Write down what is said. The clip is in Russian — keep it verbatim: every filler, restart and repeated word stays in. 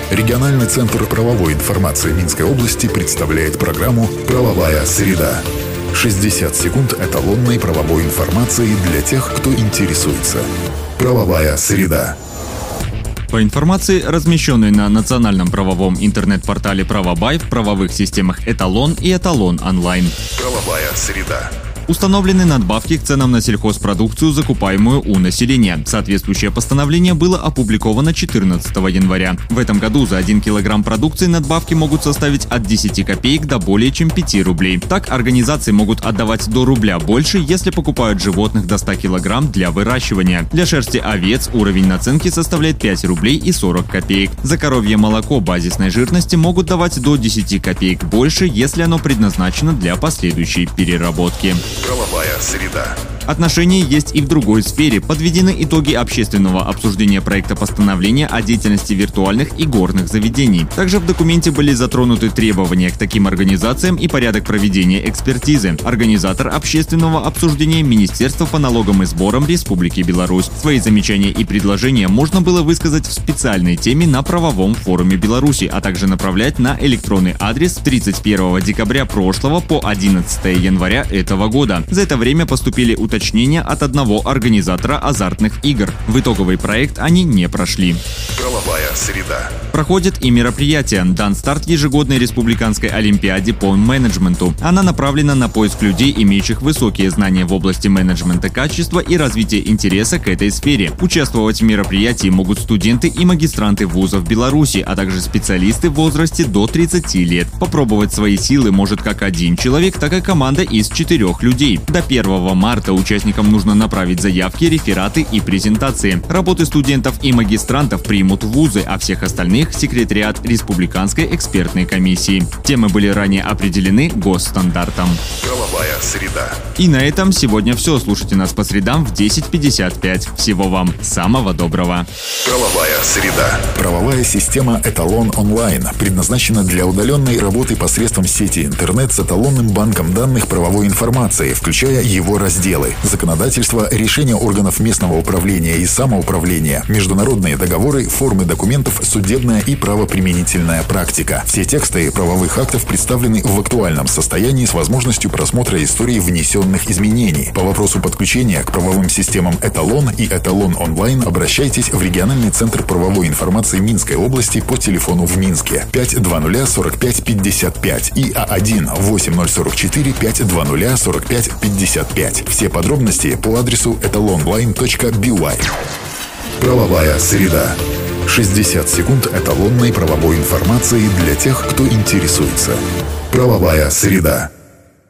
Региональный центр правовой информации Минской области представляет программу «Правовая среда». шестьдесят секунд эталонной правовой информации для тех, кто интересуется. «Правовая среда». По информации, размещенной на национальном правовом интернет-портале «Правобай», в правовых системах «Эталон» и «Эталон онлайн». «Правовая среда». Установлены надбавки к ценам на сельхозпродукцию, закупаемую у населения. Соответствующее постановление было опубликовано четырнадцатого января. В этом году за один килограмм продукции надбавки могут составить от десяти копеек до более чем пяти рублей. Так, организации могут отдавать до рубля больше, если покупают животных до ста килограмм для выращивания. Для шерсти овец уровень наценки составляет пять рублей и сорок копеек. За коровье молоко базисной жирности могут давать до десяти копеек больше, если оно предназначено для последующей переработки. Правовая среда. Отношения есть и в другой сфере. Подведены итоги общественного обсуждения проекта постановления о деятельности виртуальных и горных заведений. Также в документе были затронуты требования к таким организациям и порядок проведения экспертизы. Организатор общественного обсуждения – Министерство по налогам и сборам Республики Беларусь. Свои замечания и предложения можно было высказать в специальной теме на правовом форуме Беларуси, а также направлять на электронный адрес с тридцать первого декабря прошлого по одиннадцатое января этого года. За это время поступили уточнения уточнения от одного организатора азартных игр. В итоговый проект они не прошли. Правовая среда. Проходит и мероприятие. Дан старт ежегодной республиканской олимпиаде по менеджменту. Она направлена на поиск людей, имеющих высокие знания в области менеджмента качества и развития интереса к этой сфере. Участвовать в мероприятии могут студенты и магистранты вузов Беларуси, а также специалисты в возрасте до тридцати лет. Попробовать свои силы может как один человек, так и команда из четырех людей. До первого марта участникам нужно направить заявки, рефераты и презентации. Работы студентов и магистрантов примут вузы, а всех остальных – секретариат Республиканской экспертной комиссии. Темы были ранее определены госстандартом. Правовая среда. И на этом сегодня все. Слушайте нас по средам в десять пятьдесят пять. Всего вам самого доброго. Правовая среда. Правовая система «Эталон онлайн» предназначена для удаленной работы посредством сети интернет с эталонным банком данных правовой информации, включая его разделы: законодательство, решения органов местного управления и самоуправления, международные договоры, формы документов, судебная и правоприменительная практика. Все тексты правовых актов представлены в актуальном состоянии с возможностью просмотра истории внесенных изменений. По вопросу подключения к правовым системам «Эталон» и «Эталон онлайн» обращайтесь в региональный центр правовой информации Минской области по телефону в Минске пять двадцать сорок пять пятьдесят пять и А один восемь ноль сорок четыре пять двадцать сорок пять пятьдесят пять. Все подробности по адресу эталонлайн точка би уай. Правовая среда. шестьдесят секунд эталонной правовой информации для тех, кто интересуется. Правовая среда.